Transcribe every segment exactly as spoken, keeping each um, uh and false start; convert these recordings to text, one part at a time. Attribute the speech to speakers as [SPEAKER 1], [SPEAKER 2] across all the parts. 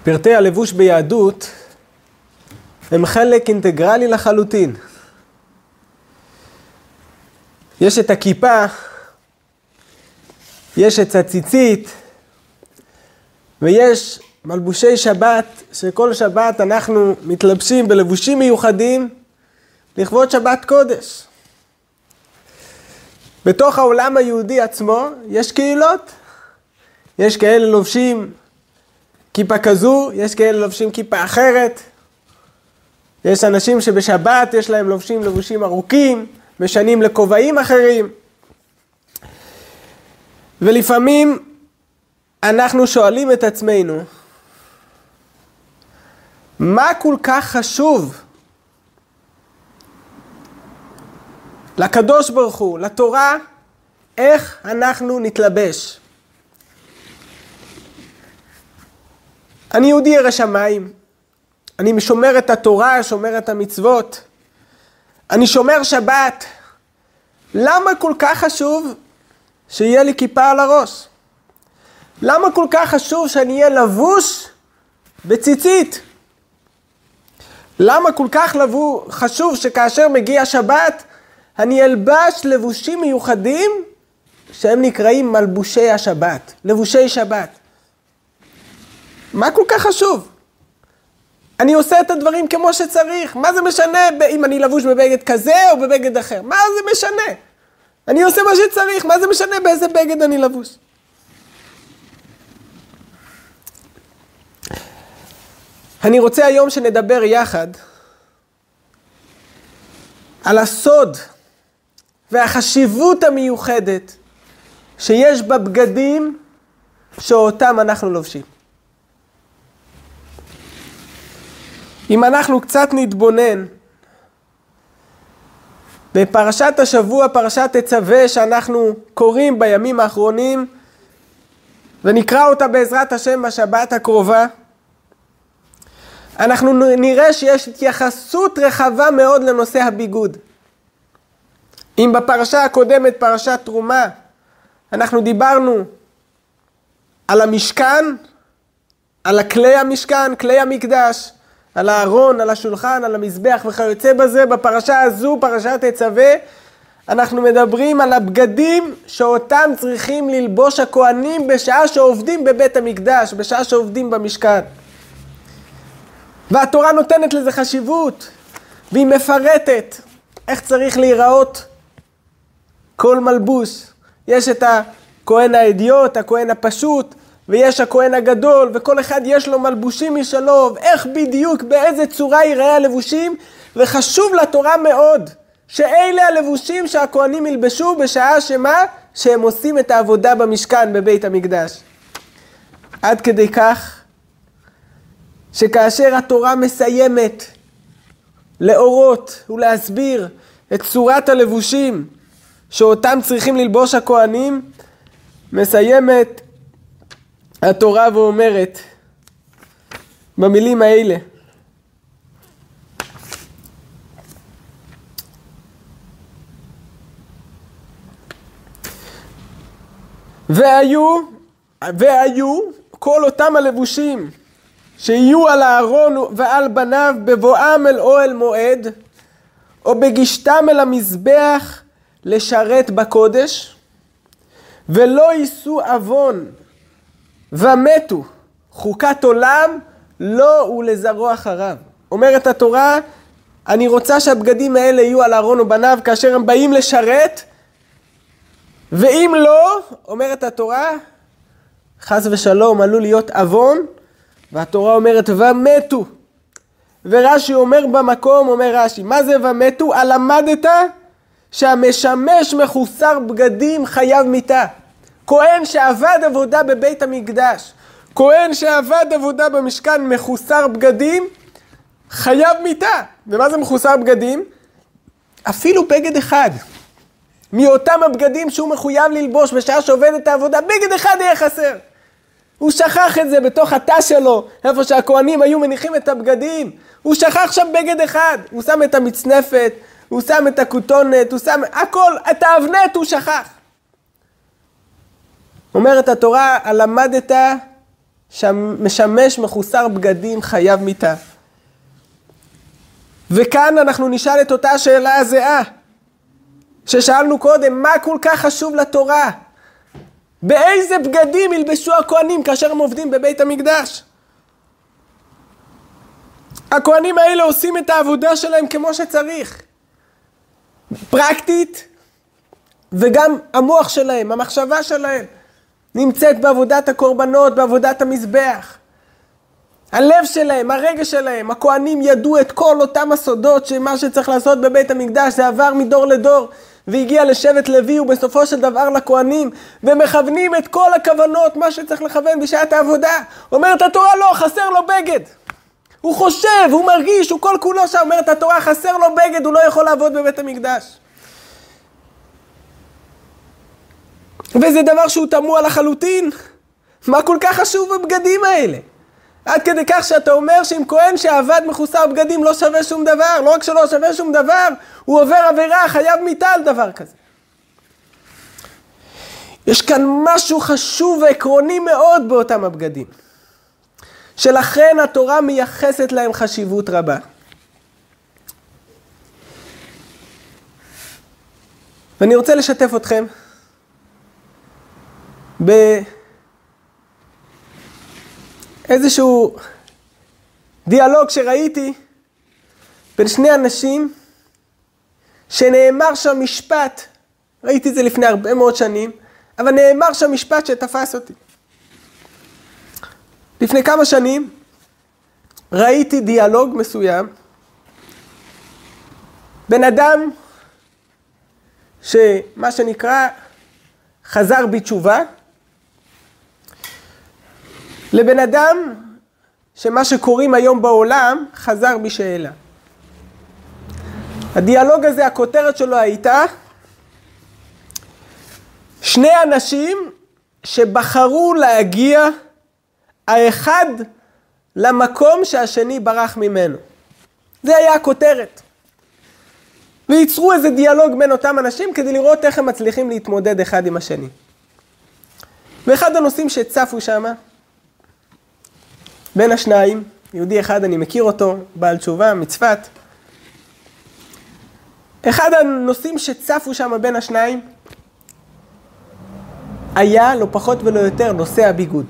[SPEAKER 1] פרטי הלבוש ביהדות הם חלק אינטגרלי לחלוטין. יש את הכיפה, יש את הציצית, ויש מלבושי שבת, שכל שבת אנחנו מתלבשים בלבושים מיוחדים לכבוד שבת קודש. בתוך העולם היהודי עצמו יש קהילות, יש כאלה לובשים כיפה כזו, יש כאלה לובשים כיפה אחרת, יש אנשים שבשבת יש להם לובשים לבושים ארוכים, משנים לכובעים אחרים. ולפעמים אנחנו שואלים את עצמנו, מה כל כך חשוב לקדוש ברוך הוא, לתורה, איך אנחנו נתלבש? אני יהודי ירא שמיים, אני שומר את התורה, שומר את המצוות, אני שומר שבת. למה כל כך חשוב שיהיה לי כיפה על הראש? למה כל כך חשוב שאני אהיה לבוש בציצית? למה כל כך לבו, חשוב שכאשר מגיע שבת אני אלבש לבושים מיוחדים שהם נקראים מלבושי השבת, לבושי שבת? מה כל כך חשוב? אני עושה את הדברים כמו שצריך. מה זה משנה אם אני לבוש בבגד כזה או בבגד אחר? מה זה משנה? אני עושה מה שצריך. מה זה משנה באיזה בגד אני לבוש? אני רוצה היום שנדבר יחד על הסוד והחשיבות המיוחדת שיש בבגדים שאותם אנחנו לובשים. אם אנחנו קצת נתבונן בפרשת השבוע, פרשת תצווה, שאנחנו קוראים בימים האחרונים, ונקרא אותה בעזרת השם בשבת הקרובה, אנחנו נראה שיש התייחסות רחבה מאוד לנושא הביגוד. אם בפרשה הקודמת, פרשת תרומה, אנחנו דיברנו על המשכן, על כלי המשכן, כלי המקדש, על הארון, על השולחן, על המזבח וכיוצא בזה. בפרשה הזו, פרשת תצווה, אנחנו מדברים על הבגדים שאותם צריכים ללבוש הכהנים בשעה שעובדים בבית המקדש, בשעה שעובדים במשכן. והתורה נותנת לזה חשיבות, והיא מפרטת איך צריך להיראות כל מלבוש. יש את הכהן האדיוט, הכהן הפשוט, ויש הכהן הגדול, וכל אחד יש לו מלבושים משלו, איך בדיוק, באיזה צורה ייראה הלבושים, וחשוב לתורה מאוד שאלה הלבושים שהכהנים ילבשו בשעה שמה? שהם עושים את העבודה במשכן בבית המקדש. עד כדי כך שכאשר התורה מסיימת להורות ולהסביר את צורת הלבושים שאותם צריכים ללבוש הכהנים, מסיימת התורה ואומרת במילים האלה, והיו, והיו כל אותם הלבושים שיהיו על הארון ועל בניו בבואם אל אוהל מועד, או בגישתם אל המזבח לשרת בקודש, ולא יישאו עוון ומתו, חוקת עולם לא ולזרוע אחריו. אומרת התורה, אני רוצה שהבגדים האלה יהיו על הארון ובניו כאשר הם באים לשרת, ואם לא, אומרת התורה, חס ושלום עלול להיות עוון, והתורה אומרת ומתו. ורש"י אומר במקום, אומר רש"י, מה זה ומתו? הלמדת שהמשמש מחוסר בגדים חייב מיתה. כהן שעבד עבודה בבית המקדש, כהן שעבד עבודה במשכן מחוסר בגדים, חייב מיתה. ומה זה מחוסר בגדים? אפילו בגד אחד. מאותם הבגדים שהוא מחויב ללבוש בשעה שעובד את העבודה, בגד אחד יהיה חסר. הוא שכח את זה בתוך התא שלו, איפה שהכהנים היו מניחים את הבגדים. הוא שכח שם בגד אחד. הוא שם את המצנפת, הוא שם את הכותונת, הוא שם הכל, את האבנט הוא שכח. אומרת התורה, למדת שמשמש מחוסר בגדים חייב מיתה. וכאן אנחנו נשאל את אותה שאלה הזהה, ששאלנו קודם, מה כל כך חשוב לתורה? באיזה בגדים ילבשו הכהנים כאשר הם עובדים בבית המקדש? הכהנים האלה עושים את העבודה שלהם כמו שצריך. פרקטית, וגם המוח שלהם, המחשבה שלהם, נמצאת בעבודת הקורבנות, בעבודת המזבח. הלב שלהם, הרגש שלהם, הכהנים ידעו את כל אותם הסודות שמה שצריך לעשות בבית המקדש, זה עבר מדור לדור, והגיע לשבט לוי ובסופו של דבר לכהנים, ומכוונים את כל הכוונות, מה שצריך לכוון בשעת העבודה. אומרת התורה, לא, חסר לו בגד. הוא חושב, הוא מרגיש, הוא כל כולו שם. אומרת התורה, חסר לו בגד, הוא לא יכול לעבוד בבית המקדש. וזה דבר שהוא תמוה לחלוטין. מה כל כך חשוב בבגדים האלה? עד כדי כך שאתה אומר שאם כהן שעבד מחוסר בגדים לא שווה שום דבר, לא רק שלא שווה שום דבר, הוא עובר עבירה, חייב מיתה על דבר כזה. יש כאן משהו חשוב ועקרוני מאוד באותם הבגדים, שלכן התורה מייחסת להם חשיבות רבה. ואני רוצה לשתף אתכם באיזשהו דיאלוג שראיתי בין שני אנשים, שנאמר שם משפט, ראיתי את זה לפני הרבה מאוד שנים, אבל נאמר שם משפט שתפס אותי. לפני כמה שנים ראיתי דיאלוג מסוים בין אדם שמה שנקרא חזר בתשובה, לבן אדם שמה שקוראים היום בעולם חזר בשאלה. הדיאלוג הזה, הכותרת שלו הייתה שני אנשים שבחרו להגיע האחד למקום שהשני ברח ממנו. זה היה הכותרת. וייצרו איזה דיאלוג בין אותם אנשים כדי לראות איך הם מצליחים להתמודד אחד עם השני. ואחד הנושאים שצפו שם, בין השניים, יהודי אחד אני מכיר אותו, בעל תשובה, מצפת. אחד הנושאים שצפו שם בין השניים, היה לא פחות ולא יותר נושא הביגוד.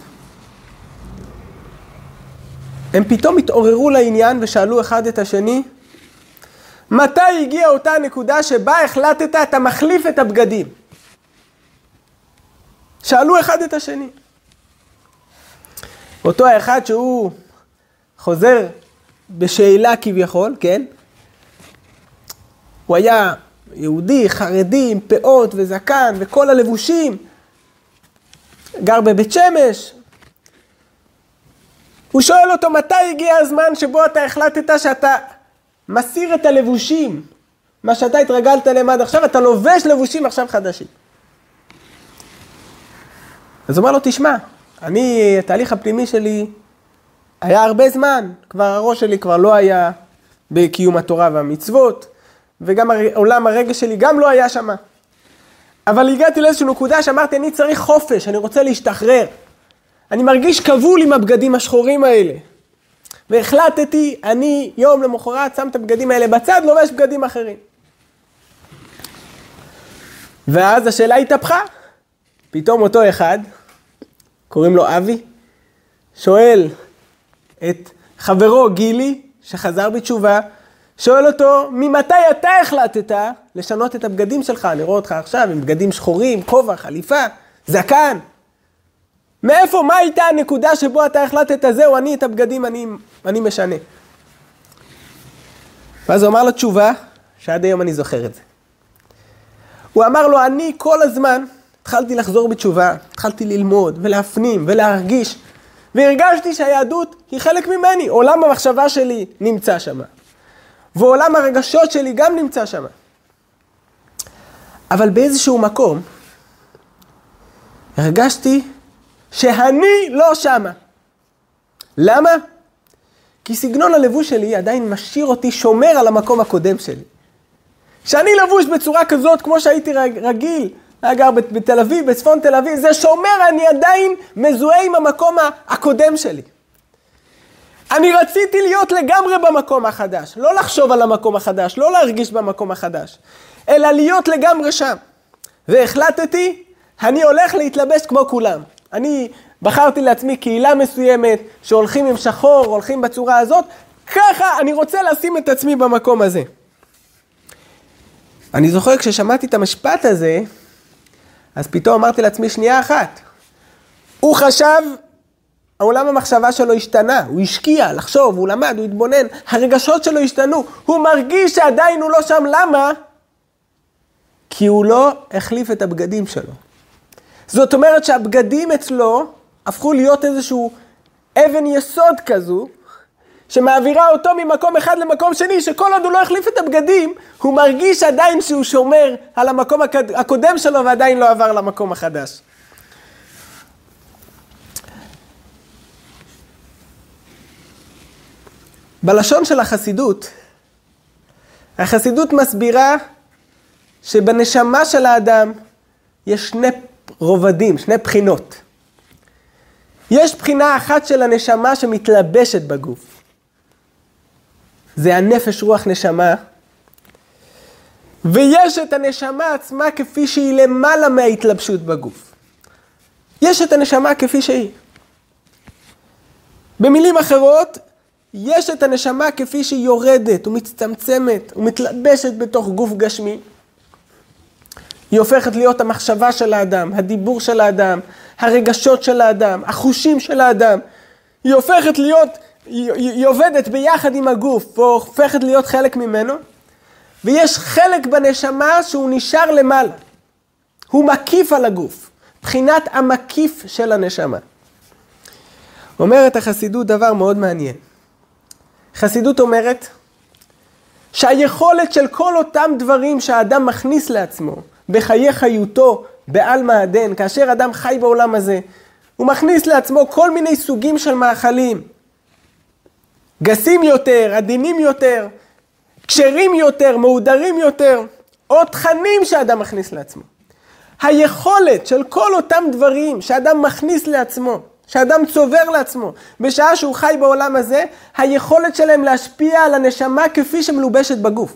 [SPEAKER 1] הם פתאום התעוררו לעניין ושאלו אחד את השני, מתי הגיעה אותה נקודה שבה החלטת אתה מחליף את הבגדים? שאלו אחד את השני. אותו האחד שהוא חוזר בשאלה כביכול, כן? הוא היה יהודי, חרדי, עם פאות וזקן וכל הלבושים, גר בבית שמש. הוא שואל אותו, מתי הגיע הזמן שבו אתה החלטת שאתה מסיר את הלבושים, מה שאתה התרגלת להם עד עכשיו, אתה לובש לבושים עכשיו חדשים. אז הוא אומר לו, תשמע, אני, התהליך הפנימי שלי היה הרבה זמן, כבר הראש שלי כבר לא היה בקיום התורה והמצוות, וגם עולם הרגש שלי גם לא היה שם. אבל הגעתי לאיזושהי נקודה שאמרתי, אני צריך חופש, אני רוצה להשתחרר. אני מרגיש כבול עם הבגדים השחורים האלה. והחלטתי, אני יום למחרת שם את הבגדים האלה בצד, לובש בגדים אחרים. ואז השאלה התהפכה. פתאום אותו אחד, קוראים לו אבי, שואל את חברו גילי, שחזר בתשובה, שואל אותו, ממתי אתה החלטת לשנות את הבגדים שלך? אני רואה אותך עכשיו עם בגדים שחורים, כובע, חליפה, זקן. מאיפה, מה הייתה הנקודה שבו אתה החלטת, זהו, אני את הבגדים, אני, אני משנה. ואז הוא אמר לו תשובה, שעד היום אני זוכר את זה. הוא אמר לו, אני כל הזמן התחלתי לחזור בתשובה, התחלתי ללמוד ולהפנים ולהרגיש, והרגשתי שהיהדות היא חלק ממני, עולם המחשבה שלי נמצא שם. ועולם הרגשות שלי גם נמצא שם. אבל באיזשהו מקום, הרגשתי שאני לא שמה. למה? כי סגנון הלבוש שלי עדיין משאיר אותי שומר על המקום הקודם שלי. שאני לבוש בצורה כזאת כמו שהייתי רגיל, היה גר בתל אביב, בצפון תל אביב, זה שאומר אני עדיין מזוהה עם המקום הקודם שלי. אני רציתי להיות לגמרי במקום החדש, לא לחשוב על המקום החדש, לא להרגיש במקום החדש, אלא להיות לגמרי שם. והחלטתי, אני הולך להתלבש כמו כולם. אני בחרתי לעצמי קהילה מסוימת, שהולכים עם שחור, הולכים בצורה הזאת, ככה אני רוצה לשים את עצמי במקום הזה. אני זוכר כששמעתי את המשפט הזה, אז פתאום אמרתי לעצמי שנייה אחת. הוא חשב, העולם המחשבה שלו השתנה, הוא השקיע לחשוב, הוא למד, הוא התבונן, הרגשות שלו השתנו, הוא מרגיש שעדיין הוא לא שם, למה? כי הוא לא החליף את הבגדים שלו. זאת אומרת שהבגדים אצלו הפכו להיות איזשהו אבן יסוד כזו, שמעבירה אותו ממקום אחד למקום שני, שכל עוד הוא לא החליף את הבגדים, הוא מרגיש עדיין שהוא שומר על המקום הקודם שלו, ועדיין לא עבר למקום החדש. בלשון של החסידות, החסידות מסבירה שבנשמה של האדם יש שני רובדים, שני בחינות. יש בחינה אחת של הנשמה שמתלבשת בגוף. זה הנפש רוח נשמה. ויש את הנשמה עצמה כפי שהיא למעלה מההתלבשות בגוף. יש את הנשמה כפי שהיא. במילים אחרות, יש את הנשמה כפי שהיא יורדת ומצטמצמת ומתלבשת בתוך גוף גשמי. היא הופכת להיות המחשבה של האדם, הדיבור של האדם, הרגשות של האדם, החושים של האדם. היא הופכת להיות, היא, היא עובדת ביחד עם הגוף, והופכת להיות חלק ממנו. ויש חלק בנשמה שהוא נשאר למעלה. הוא מקיף על הגוף, בחינת המקיף של הנשמה. אומרת החסידות דבר מאוד מעניין. חסידות אומרת שהיכולת של כל אותם דברים שהאדם מכניס לעצמו, בחיי חיותו, בעל מעדן, כאשר אדם חי בעולם הזה, הוא מכניס לעצמו כל מיני סוגים של מאכלים, גסים יותר, עדינים יותר, קשרים יותר, מעודרים יותר, או תכנים שאדם מכניס לעצמו. היכולת של כל אותם דברים שאדם מכניס לעצמו, שאדם צובר לעצמו, בשעה שהוא חי בעולם הזה, היכולת שלהם להשפיע על הנשמה כפי שמלובשת בגוף.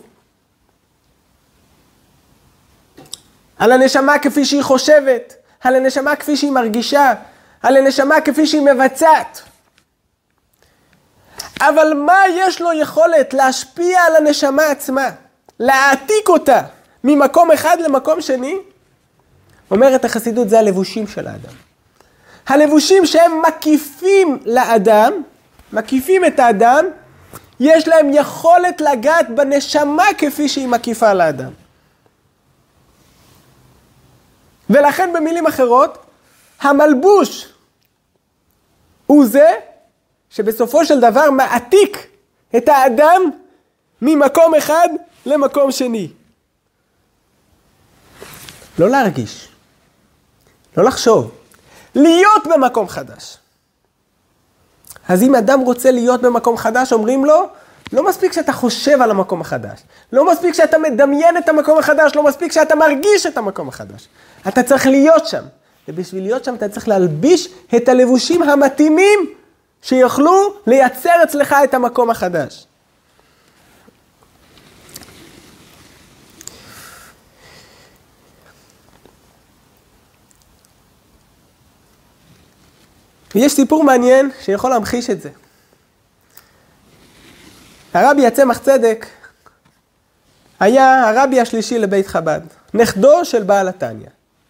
[SPEAKER 1] על הנשמה כפי שהיא חושבת, על הנשמה כפי שהיא מרגישה, על הנשמה כפי שהיא מבצעת. אבל מה יש לו יכולת להשפיע על הנשמה עצמה, להעתיק אותה ממקום אחד למקום שני? אומרת החסידות, זה הלבושים של האדם. הלבושים שהם מקיפים לאדם, מקיפים את האדם, יש להם יכולת לגעת בנשמה כפי שהיא מקיפה לאדם. ולכן במילים אחרות, המלבוש הוא זה שבסופו של דבר מעתיק את האדם ממקום אחד למקום שני. לא להרגיש, לא לחשוב, להיות במקום חדש. אז אם אדם רוצה להיות במקום חדש, אומרים לו, לא מספיק שאתה חושב על המקום החדש, לא מספיק שאתה מדמיין את המקום החדש, לא מספיק שאתה מרגיש את המקום החדש. אתה צריך להיות שם, ובשביל להיות שם אתה צריך להלביש את הלבושים המתאימים שיוכלו לייצר אצלך את המקום החדש. ויש סיפור מעניין שיכול להמחיש את זה. הרבי הצמח צדק היה הרבי השלישי לבית חב"ד, נכדו של בעל התניא.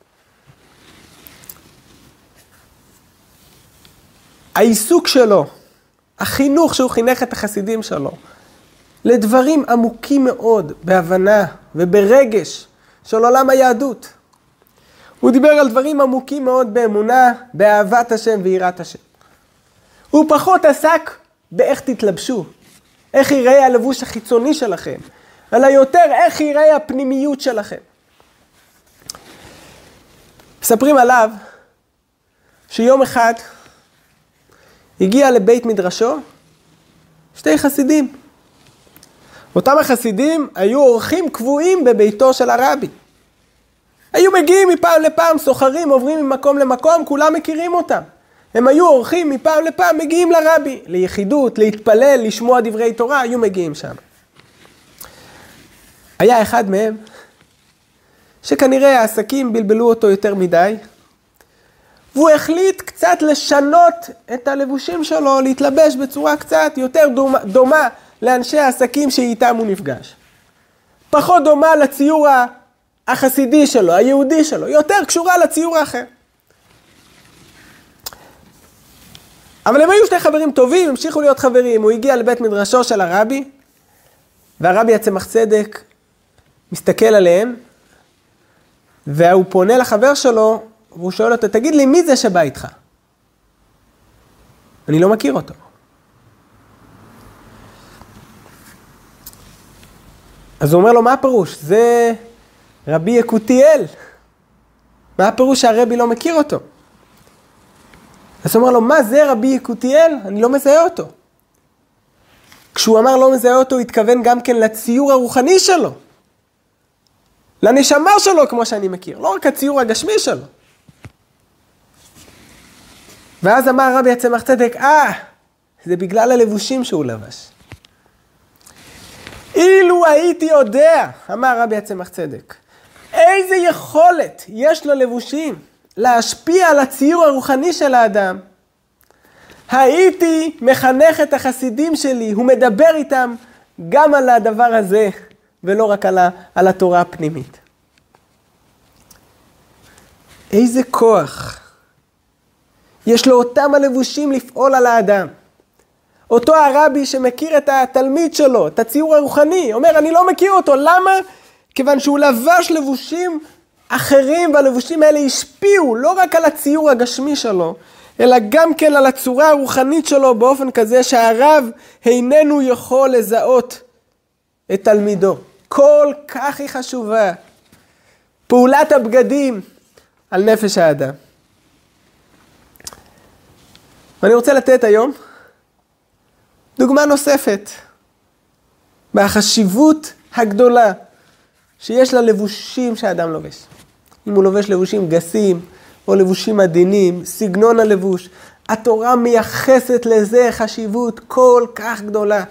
[SPEAKER 1] העיסוק שלו, החינוך שהוא חינך את החסידים שלו, לדברים עמוקים מאוד בהבנה וברגש של עולם היהדות. הוא דיבר על דברים עמוקים מאוד באמונה, באהבת השם ויראת השם. הוא פחות עסק באיך תתלבשו, איך ייראה הלבוש החיצוני שלכם, אלא יותר איך ייראה הפנימיות שלכם. מספרים עליו שיום אחד הגיע לבית מדרשו שתי חסידים. אותם החסידים היו אורחים קבועים בביתו של הרבי. היו מגיעים מפעם לפעם, סוחרים, עוברים ממקום למקום, כולם מכירים אותם. הם היו אורחים מפעם לפעם, מגיעים לרבי, ליחידות, להתפלל, לשמוע דברי תורה, היו מגיעים שם. היה אחד מהם, שכנראה העסקים בלבלו אותו יותר מדי, והוא החליט קצת לשנות את הלבושים שלו, להתלבש בצורה קצת יותר דומה, דומה לאנשי העסקים שאיתם הוא נפגש. פחות דומה לציור החסידי שלו, היהודי שלו, יותר קשורה לציור האחר. אבל הם היו שני חברים טובים, המשיכו להיות חברים. הוא הגיע לבית מדרשו של הרבי, והרבי הצמח צדק מסתכל עליהם, והוא פונה לחבר שלו, והוא שואל אותו, תגיד לי, מי זה שבא איתך? אני לא מכיר אותו. אז הוא אומר לו, מה הפירוש? זה רבי יקותיאל. מה הפירוש שהרבי לא מכיר אותו? אז הוא אומר לו, מה זה רבי יקותיאל? אני לא מזהה אותו. כשהוא אמר לא מזהה אותו, הוא התכוון גם כן לציור הרוחני שלו. לנשמה שלו, כמו שאני מכיר. לא רק הציור הגשמי שלו. ואז אמר רבי הצמח צדק, אה, זה בגלל הלבושים שהוא לבש. אילו הייתי יודע, אמר רבי הצמח צדק, איזה יכולת יש ללבושים להשפיע על הציור הרוחני של האדם, הייתי מחנך את החסידים שלי, הוא מדבר איתם גם על הדבר הזה, ולא רק על, ה, על התורה הפנימית. איזה כוח יש לו אותם הלבושים לפעול על האדם. אותו הרבי שמכיר את התלמיד שלו, את הציור הרוחני, אומר, אני לא מכיר אותו. למה? כיוון שהוא לבש לבושים אחרים, והלבושים האלה השפיעו לא רק על הציור הגשמי שלו, אלא גם כן על הצורה הרוחנית שלו, באופן כזה שהרב איננו יכול לזהות את תלמידו. כל כך היא חשובה. פעולת הבגדים על נפש האדם. ואני רוצה לתת היום דוגמה נוספת מהחשיבות הגדולה שיש ללבושים שהאדם לובש. אם הוא לובש לבושים גסים או לבושים עדינים, סגנון הלבוש, התורה מייחסת לזה חשיבות כל כך גדולה.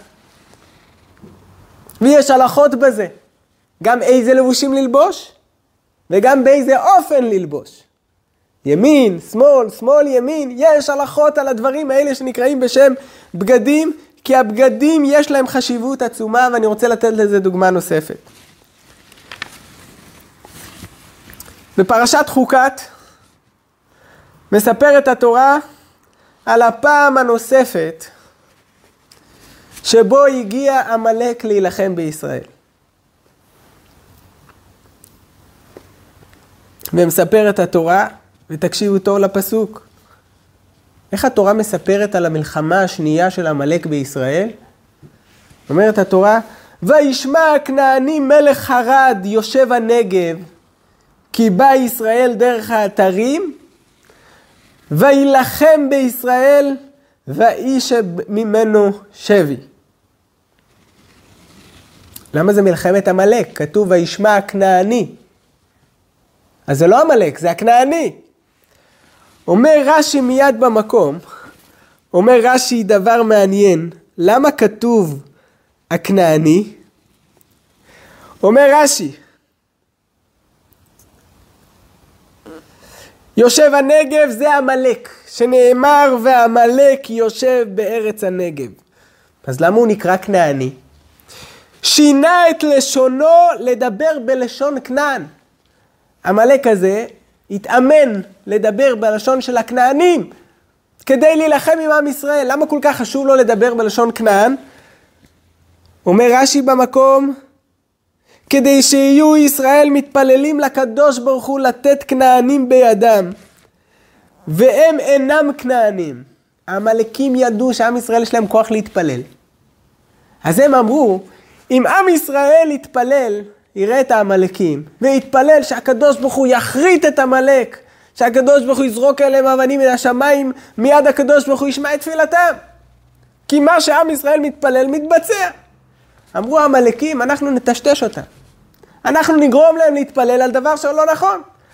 [SPEAKER 1] ויש הלכות בזה, גם איזה לבושים ללבוש וגם באיזה אופן ללבוש. ימין, שמאל, שמאל, ימין, יש הלכות על הדברים האלה שנקראים בשם בגדים, כי הבגדים יש להם חשיבות עצומה, ואני רוצה לתת לזה דוגמה נוספת. בפרשת חוקת מספרת התורה על הפעם הנוספת שבו הגיע עמלק להילחם בישראל. ומספרת התורה, ותקשיבו טוב לפסוק. איך התורה מספרת על המלחמה השנייה של עמלק בישראל? אומרת התורה, וישמע הכנעני מלך חרד יושב הנגב, כי בא ישראל דרך האתרים, וילחם בישראל, ואיש ממנו שבי. למה זה מלחמת עמלק? כתוב וישמע הכנעני. אז זה לא עמלק, זה הכנעני. אומר רש"י מיד במקום, אומר רש"י דבר מעניין, למה כתוב הכנעני? אומר רש"י, יושב הנגב זה עמלק, שנאמר והעמלק יושב בארץ הנגב. אז למה הוא נקרא כנעני? שינה את לשונו לדבר בלשון כנען. עמלק הזה התאמן לדבר בלשון של הכנענים, כדי להילחם עם עם ישראל. למה כל כך חשוב לו לדבר בלשון כנען? אומר רש"י במקום, כדי שיהיו ישראל מתפללים לקדוש ברוך הוא לתת כנענים בידם, והם אינם כנענים. העמלקים ידעו שעם ישראל יש להם כוח להתפלל. אז הם אמרו, אם עם ישראל יתפלל, יראה את העמלקים, ויתפלל שהקדוש ברוך הוא יחריט את עמלק, שהקדוש ברוך הוא יזרוק אליהם אבנים מן השמיים, מיד הקדוש ברוך הוא ישמע את תפילתם. כי מה שעם ישראל מתפלל מתבצע. אמרו העמלקים, אנחנו נטשטש אותם. אנחנו נגרום להם להתפלל על דבר שלא נכון.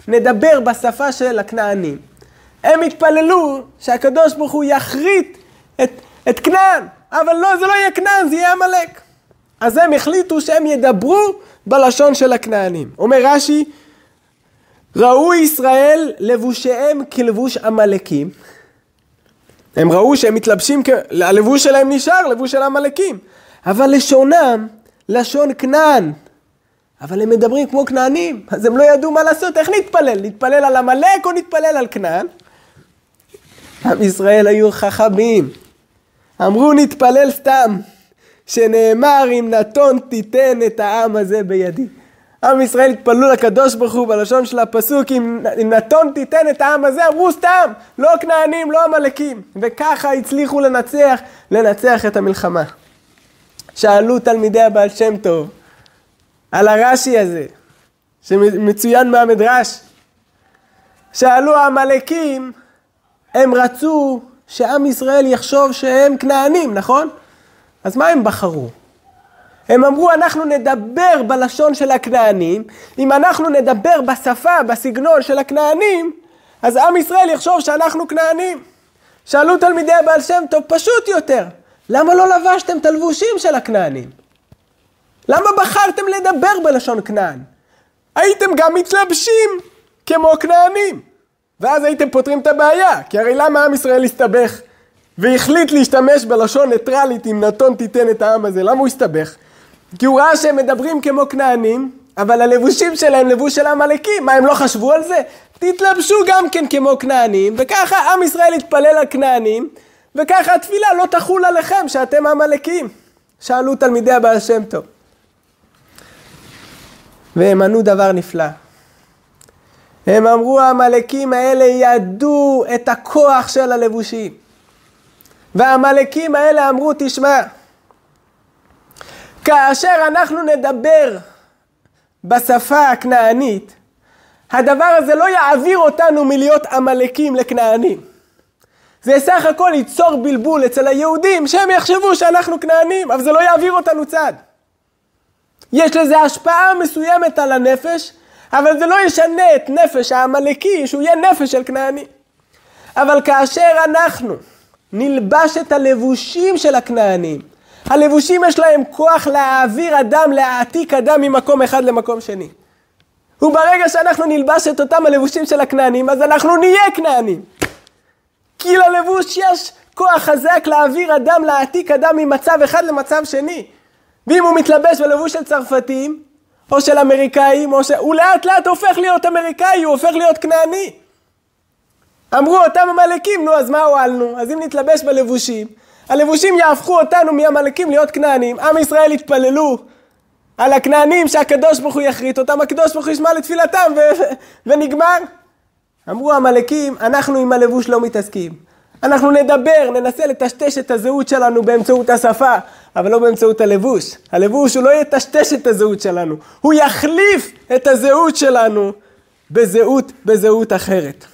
[SPEAKER 1] נדבר בשפה של הכנענים. הם התפללו שהקדוש ברוך הוא יחריט את, את כנען, אבל לא, זה לא יהיה כנען, זה יהיה עמלק. אז הם החליטו שהם ידברו בלשון של הכנענים. אומר רש"י, ראו ישראל לבושיהם כלבוש עמלקים. הם ראו שהם מתלבשים, הלבוש שלהם נשאר, לבוש של עמלקים. אבל לשונם, לשון כנען. אבל הם מדברים כמו כנענים, אז הם לא ידעו מה לעשות, איך נתפלל? נתפלל על עמלק או נתפלל על כנען? עם ישראל היו חכמים. אמרו נתפלל סתם, שנאמר אם נתון תיתן את העם הזה בידי. עם ישראל התפללו לקדוש ברוך הוא בלשון של הפסוק, אם, אם נתון תיתן את העם הזה, אמרו סתם, לא כנענים, לא עמלקים. וככה הצליחו לנצח, לנצח את המלחמה. שאלו תלמידי הבעל שם טוב, על הרש"י הזה, שמצוין מהמדרש. שאלו העמלקים, הם רצו שעם ישראל יחשוב שהם כנענים, נכון? אז מה הם בחרו? הם אמרו, אנחנו נדבר בלשון של הכנענים, אם אנחנו נדבר בשפה, בסגנון של הכנענים, אז עם ישראל יחשוב שאנחנו כנענים. שאלו תלמידי הבעל שם טוב, פשוט יותר, למה לא לבשתם את הלבושים של הכנענים? למה בחרתם לדבר בלשון כנען? הייתם גם מתלבשים כמו כנענים. ואז הייתם פותרים את הבעיה, כי הרי למה עם ישראל הסתבך והחליט להשתמש בלשון ניטרלית אם נתון תיתן את העם הזה? למה הוא הסתבך? כי הוא ראה שהם מדברים כמו כנענים, אבל הלבושים שלהם לבוש של עמלקים. מה, הם לא חשבו על זה? תתלבשו גם כן כמו כנענים, וככה עם ישראל יתפלל על כנענים, וככה התפילה לא תחול עליכם שאתם עמלקים. שאלו תלמידי הבעל שם טוב. והם ענו דבר נפלא. הם אמרו, העמלקים האלה ידעו את הכוח של הלבושים. והעמלקים האלה אמרו, תשמע, כאשר אנחנו נדבר בשפה הכנענית, הדבר הזה לא יעביר אותנו מלהיות עמלקים לכנענים. זה סך הכל ייצור בלבול אצל היהודים, שהם יחשבו שאנחנו כנענים, אבל זה לא יעביר אותנו צד. יש לזה השפעה מסוימת על הנפש, אבל זה לא ישנה את נפש העמלקי, שהוא יהיה נפש של כנעני. אבל כאשר אנחנו נלבש את הלבושים של הכנענים, הלבושים יש להם כוח להעביר אדם, להעתיק אדם ממקום אחד למקום שני. וברגע שאנחנו נלבש את אותם הלבושים של הכנענים, אז אנחנו נהיה כנענים. כי ללבוש יש כוח חזק להעביר אדם, להעתיק אדם ממצב אחד למצב שני. ואם הוא מתלבש בלבוש של צרפתים, או של אמריקאים, או ש... הוא לאט לאט הופך להיות אמריקאי, הוא הופך להיות כנעני. אמרו אותם עמלקים, נו אז מה הועלנו? אז אם נתלבש בלבושים, הלבושים יהפכו אותנו מעמלקים להיות כנענים. עם ישראל התפללו על הכנענים שהקדוש ברוך הוא יחריט אותם, הקדוש ברוך הוא ישמע לתפילתם ו... ונגמר. אמרו עמלקים, אנחנו עם הלבוש לא מתעסקים. אנחנו נדבר, ננסה לטשטש את הזהות שלנו באמצעות השפה, אבל לא באמצעות הלבוש. הלבוש הוא לא יטשטש את הזהות שלנו, הוא יחליף את הזהות שלנו בזהות, בזהות אחרת.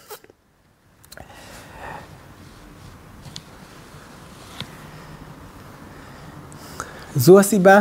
[SPEAKER 1] זו הסיבה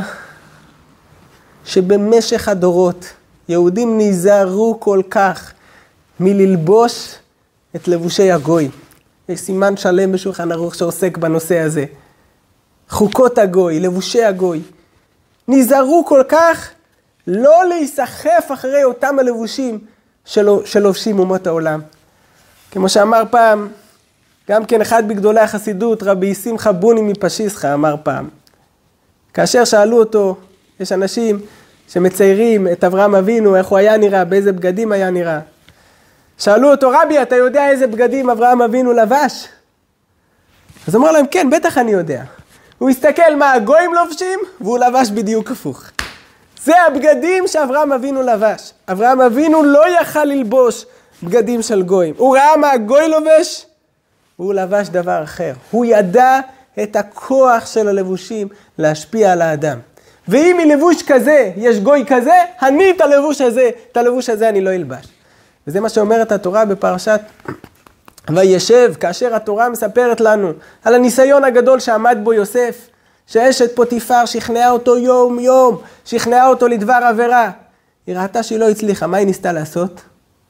[SPEAKER 1] שבמשך הדורות יהודים נזהרו כל כך מללבוש את לבושי הגוי. יש סימן שלם בשולחן ערוך שעוסק בנושא הזה. חוקות הגוי, לבושי הגוי. נזהרו כל כך לא להיסחף אחרי אותם הלבושים שלו, שלובשים אומות העולם. כמו שאמר פעם, גם כן אחד בגדולי החסידות, רבי שמחה בוני מפשיסחה, אמר פעם. כאשר שאלו אותו, יש אנשים שמציירים את אברהם אבינו, איך הוא היה נראה, באיזה בגדים היה נראה. שאלו אותו, רבי, אתה יודע איזה בגדים אברהם אבינו לבש? אז אמר להם, כן, בטח אני יודע. הוא הסתכל מה הגויים לובשים, והוא לבש בדיוק הפוך. זה הבגדים שאברהם אבינו לבש. אברהם אבינו לא יכל ללבוש בגדים של גויים. הוא ראה מה הגוי לובש, והוא לבש דבר אחר. הוא ידע את הכוח של הלבושים להשפיע על האדם. ואם מלבוש כזה יש גוי כזה, אני את הלבוש הזה, את הלבוש הזה אני לא אלבש. וזה מה שאומרת התורה בפרשת וישב, כאשר התורה מספרת לנו על הניסיון הגדול שעמד בו יוסף, שאשת פוטיפר שכנעה אותו יום יום, שכנעה אותו לדבר עבירה. היא ראתה שהיא לא הצליחה, מה היא ניסתה לעשות?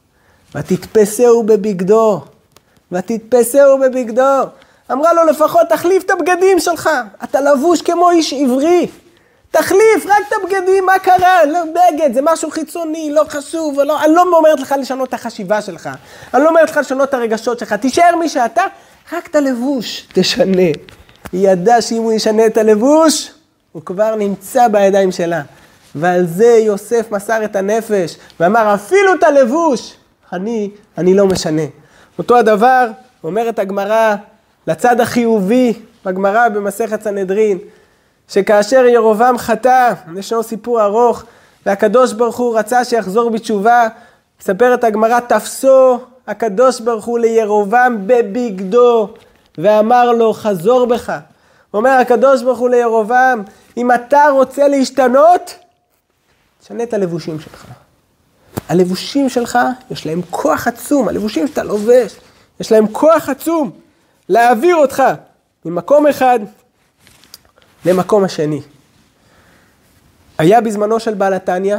[SPEAKER 1] ותתפסהו בבגדו, ותתפסהו בבגדו. אמרה לו, לפחות תחליף את הבגדים שלך, אתה לבוש כמו איש עברי. תחליף רק את הבגדים, מה קרה? לא, בגד, זה משהו חיצוני, לא חשוב, לא, אני לא אומרת לך לשנות את החשיבה שלך, אני לא אומרת לך לשנות את הרגשות שלך, תישאר מי שאתה, רק את הלבוש תשנה. היא ידעה שאם הוא ישנה את הלבוש, הוא כבר נמצא בידיים שלה. ועל זה יוסף מסר את הנפש, ואמר, אפילו את הלבוש, אני, אני לא משנה. אותו הדבר, אומרת הגמרא, לצד החיובי, בגמרא במסכת סנהדרין, שכאשר ירובעם חטא, ישנו סיפור ארוך, והקדוש ברוך הוא רצה שיחזור בתשובה, מספרת הגמרא, תפסו הקדוש ברוך הוא לירובעם בבגדו, ואמר לו, חזור בך. אומר הקדוש ברוך הוא לירובעם, אם אתה רוצה להשתנות, תשנה את הלבושים שלך. הלבושים שלך, יש להם כוח עצום, הלבושים שאתה לובש, יש להם כוח עצום, להעביר אותך ממקום אחד למקום השני. היה בזמנו של בעל התניא,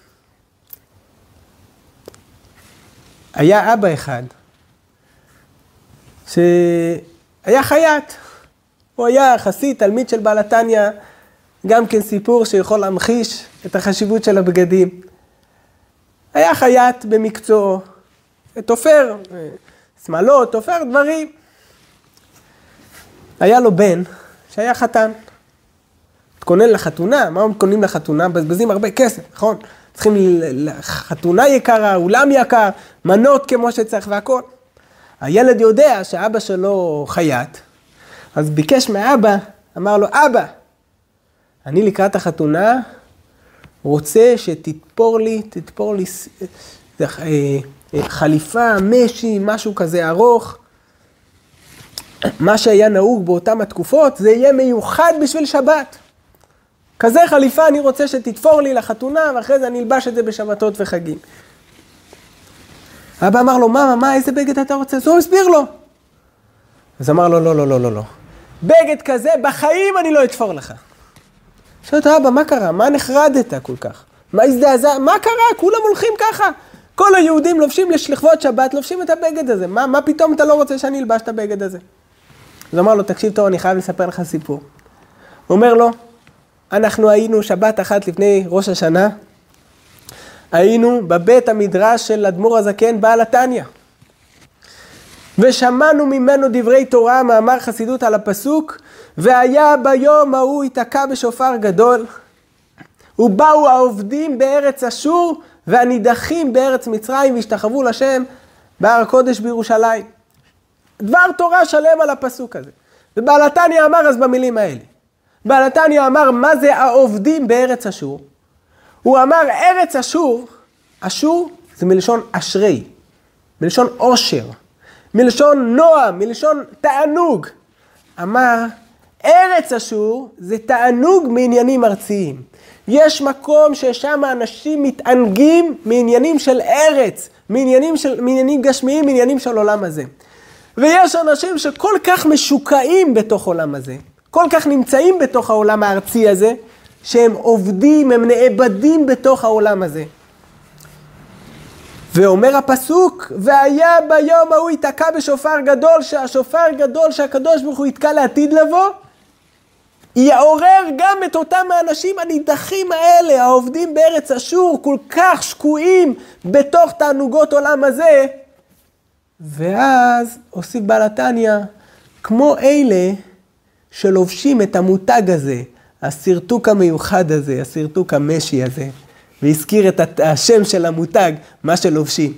[SPEAKER 1] היה אבא אחד, שהיה חייט. הוא היה חסיד, תלמיד של בעל התניא, גם כן סיפור שיכול להמחיש את החשיבות של הבגדים. היה חייט במקצועו, תופר, שמאלות, תופר דברים. היה לו בן שהיה חתן. תכונן לחתונה, מה הם קונים לחתונה? בזבזים הרבה כסף, נכון? צריכים לחתונה יקרה, אולם יקר, מנות כמו שצריך והכל. הילד יודע שאבא שלו חייט, אז ביקש מאבא, אמר לו, אבא, אני לקראת החתונה רוצה שתתפור לי, תתפור לי חליפה, משי, משהו כזה ארוך. מה שהיה נהוג באותם התקופות, זה יהיה מיוחד בשביל שבת. כזה חליפה אני רוצה שתתפור לי לחתונה, ואחרי זה אני אלבש את זה בשבתות וחגים. אבא אמר לו, מה, מה, איזה בגד אתה רוצה? אז הוא הסביר לו. אז אמר לו, לא, לא, לא, לא, לא. בגד כזה, בחיים אני לא אתפור לך. שואלת, אבא, מה קרה? מה נחרדת כל כך? מה הזדעזע? מה קרה? כולם הולכים ככה. כל היהודים לובשים לכבוד שבת, לובשים את הבגד הזה. מה, מה פתאום אתה לא רוצה שאני אלבש את הבגד הזה? אז אמר לו, תקשיב טוב, אני חייב לספר לך סיפור. הוא אומר לו, אנחנו היינו שבת אחת לפני ראש השנה, היינו בבית המדרש של אדמו"ר הזקן בעל התניא. ושמענו ממנו דברי תורה, מאמר חסידות על הפסוק, והיה ביום ההוא ייתקע בשופר גדול, ובאו העובדים בארץ אשור, והנידחים בארץ מצרים, והשתחוו לשם בהר הקודש בירושלים. דבר תורה שלם על הפסוק הזה. ובעל התניא אמר אז במילים האלה. בעל התניא אמר, מה זה העובדים בארץ אשור? הוא אמר, ארץ אשור, אשור זה מלשון אשרי, מלשון עושר, מלשון נועם, מלשון תענוג. אמר, ארץ אשור זה תענוג מעניינים ארציים. יש מקום ששם האנשים מתענגים מעניינים של ארץ, מעניינים, של, מעניינים גשמיים, מעניינים של עולם הזה. ויש אנשים שכל כך משוקעים בתוך עולם הזה, כל כך נמצאים בתוך העולם הארצי הזה, שהם עובדים, הם נאבדים בתוך העולם הזה. ואומר הפסוק, והיה ביום ההוא ייתקע בשופר גדול, שהשופר גדול שהקדוש ברוך הוא יתקע לעתיד לבוא, יעורר גם את אותם האנשים הנידחים האלה, העובדים בארץ אשור, כל כך שקועים בתוך תענוגות עולם הזה. ואז הוסיף בעל התניא, כמו אלה שלובשים את המותג הזה, הסרטוק המיוחד הזה, הסרטוק המשי הזה, והזכיר את השם של המותג, מה שלובשים.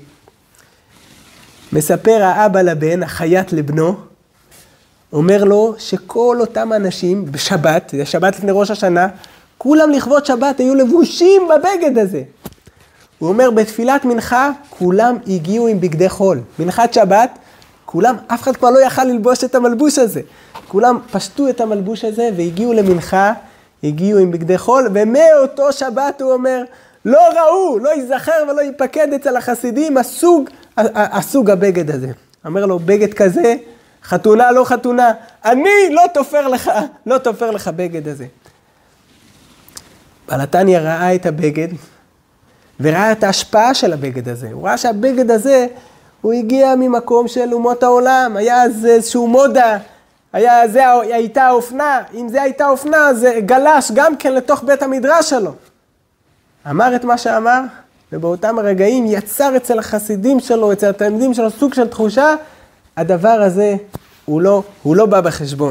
[SPEAKER 1] מספר האבא לבן, החייט לבנו, אומר לו שכל אותם אנשים בשבת, זה שבת לפני ראש השנה, כולם לכבוד שבת היו לבושים בבגד הזה. הוא אומר בתפילת מנחה, כולם הגיעו עם בגדי חול. מנחת שבת, כולם, אף אחד כבר לא יכל ללבוש את המלבוש הזה. כולם פשטו את המלבוש הזה והגיעו למנחה, הגיעו עם בגדי חול, ומאותו שבת הוא אומר, לא ראו, לא ייזכר ולא ייפקד אצל החסידים הסוג, הסוג הבגד הזה. אומר לו, בגד כזה, חתונה לא חתונה, אני לא תופר לך, לא תופר לך בגד הזה. בעל התניא ראה את הבגד, וראה את ההשפעה של הבגד הזה. הוא ראה שהבגד הזה, הוא הגיע ממקום של אומות העולם, היה איזשהו מודה, היה, זה הייתה האופנה, אם זה הייתה אופנה, זה גלש גם כן לתוך בית המדרש שלו. אמר את מה שאמר, ובאותם הרגעים יצר אצל החסידים שלו, אצל התלמידים שלו, סוג של תחושה, הדבר הזה הוא לא, הוא לא בא בחשבון.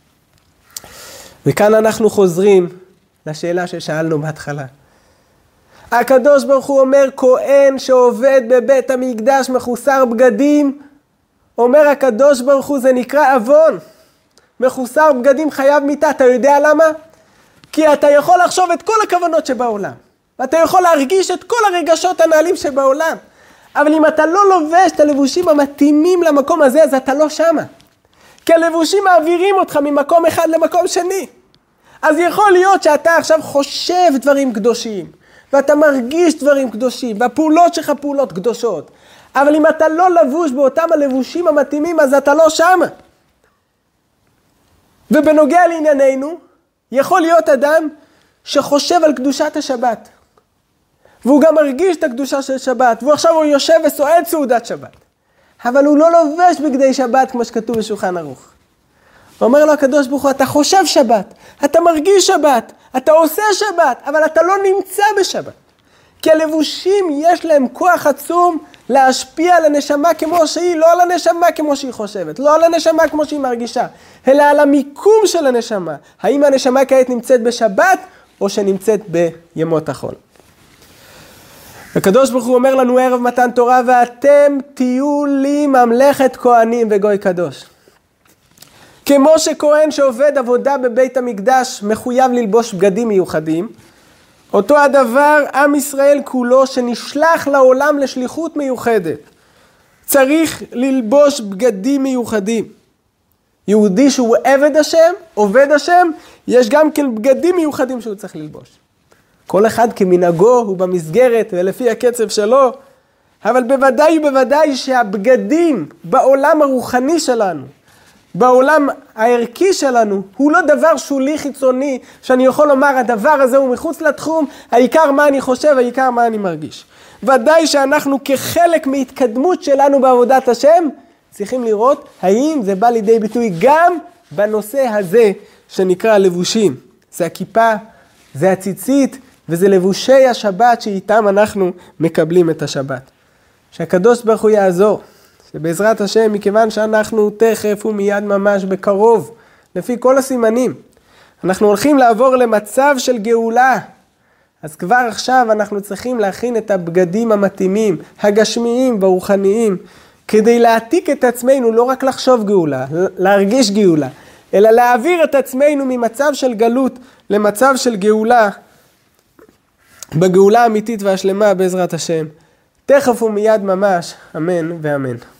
[SPEAKER 1] וכאן אנחנו חוזרים לשאלה ששאלנו בהתחלה. הקדוש ברוך הוא אומר, כהן שעובד בבית המקדש מחוסר בגדים, אומר הקדוש ברוך הוא, זה נקרא עוון. מחוסר בגדים חייב מיתה. אתה יודע למה? כי אתה יכול לחשוב את כל הכוונות שבעולם. ואתה יכול להרגיש את כל הרגשות הנעלים שבעולם. אבל אם אתה לא לובש את הלבושים המתאימים למקום הזה, אז אתה לא שמה. כי הלבושים מעבירים אותך ממקום אחד למקום שני. אז יכול להיות שאתה עכשיו חושב דברים קדושים, ואתה מרגיש דברים קדושים, והפעולות שלך פעולות קדושות. אבל אם אתה לא לבוש באותם הלבושים המתאימים, אז אתה לא שמה. ובנוגע לענייננו, יכול להיות אדם שחושב על קדושת השבת. והוא גם מרגיש את הקדושה של שבת, והוא עכשיו הוא יושב וסועד סעודת שבת. אבל הוא לא לובש בגדי שבת כמו שכתוב בשולחן ערוך. אומר לו הקדוש ברוך הוא, אתה חושב שבת, אתה מרגיש שבת, אתה עושה שבת, אבל אתה לא נמצא בשבת. כי הלבושים יש להם כוח עצום להשפיע על הנשמה כמו שהיא, לא על הנשמה כמו שהיא חושבת, לא על הנשמה כמו שהיא מרגישה, אלא על המיקום של הנשמה. האם הנשמה כעת נמצאת בשבת או שנמצאת בימות החול. הקדוש ברוך הוא אומר לנו ערב מתן תורה, ואתם תהיו לי ממלכת כהנים וגוי קדוש. כמו שכהן שעובד עבודה בבית המקדש מחויב ללבוש בגדים מיוחדים, אותו הדבר עם ישראל כולו שנשלח לעולם לשליחות מיוחדת, צריך ללבוש בגדים מיוחדים. יהודי שהוא עבד השם, עובד השם, יש גם כן בגדים מיוחדים שהוא צריך ללבוש. כל אחד כמנהגו הוא במסגרת ולפי הקצב שלו, אבל בוודאי ובוודאי שהבגדים בעולם הרוחני שלנו, בעולם הערכי שלנו, הוא לא דבר שולי חיצוני, שאני יכול לומר הדבר הזה הוא מחוץ לתחום, העיקר מה אני חושב, העיקר מה אני מרגיש. ודאי שאנחנו כחלק מהתקדמות שלנו בעבודת השם, צריכים לראות האם זה בא לידי ביטוי גם בנושא הזה שנקרא לבושים. זה הכיפה, זה הציצית, וזה לבושי השבת שאיתם אנחנו מקבלים את השבת. שהקדוש ברוך הוא יעזור, שבעזרת השם, מכיוון שאנחנו תכף ומיד ממש בקרוב, לפי כל הסימנים, אנחנו הולכים לעבור למצב של גאולה. אז כבר עכשיו אנחנו צריכים להכין את הבגדים המתאימים, הגשמיים והרוחניים, כדי להעתיק את עצמנו, לא רק לחשוב גאולה, להרגיש גאולה, אלא להעביר את עצמנו ממצב של גלות למצב של גאולה, בגאולה האמיתית והשלמה בעזרת השם. תכף ומיד ממש, אמן ואמן.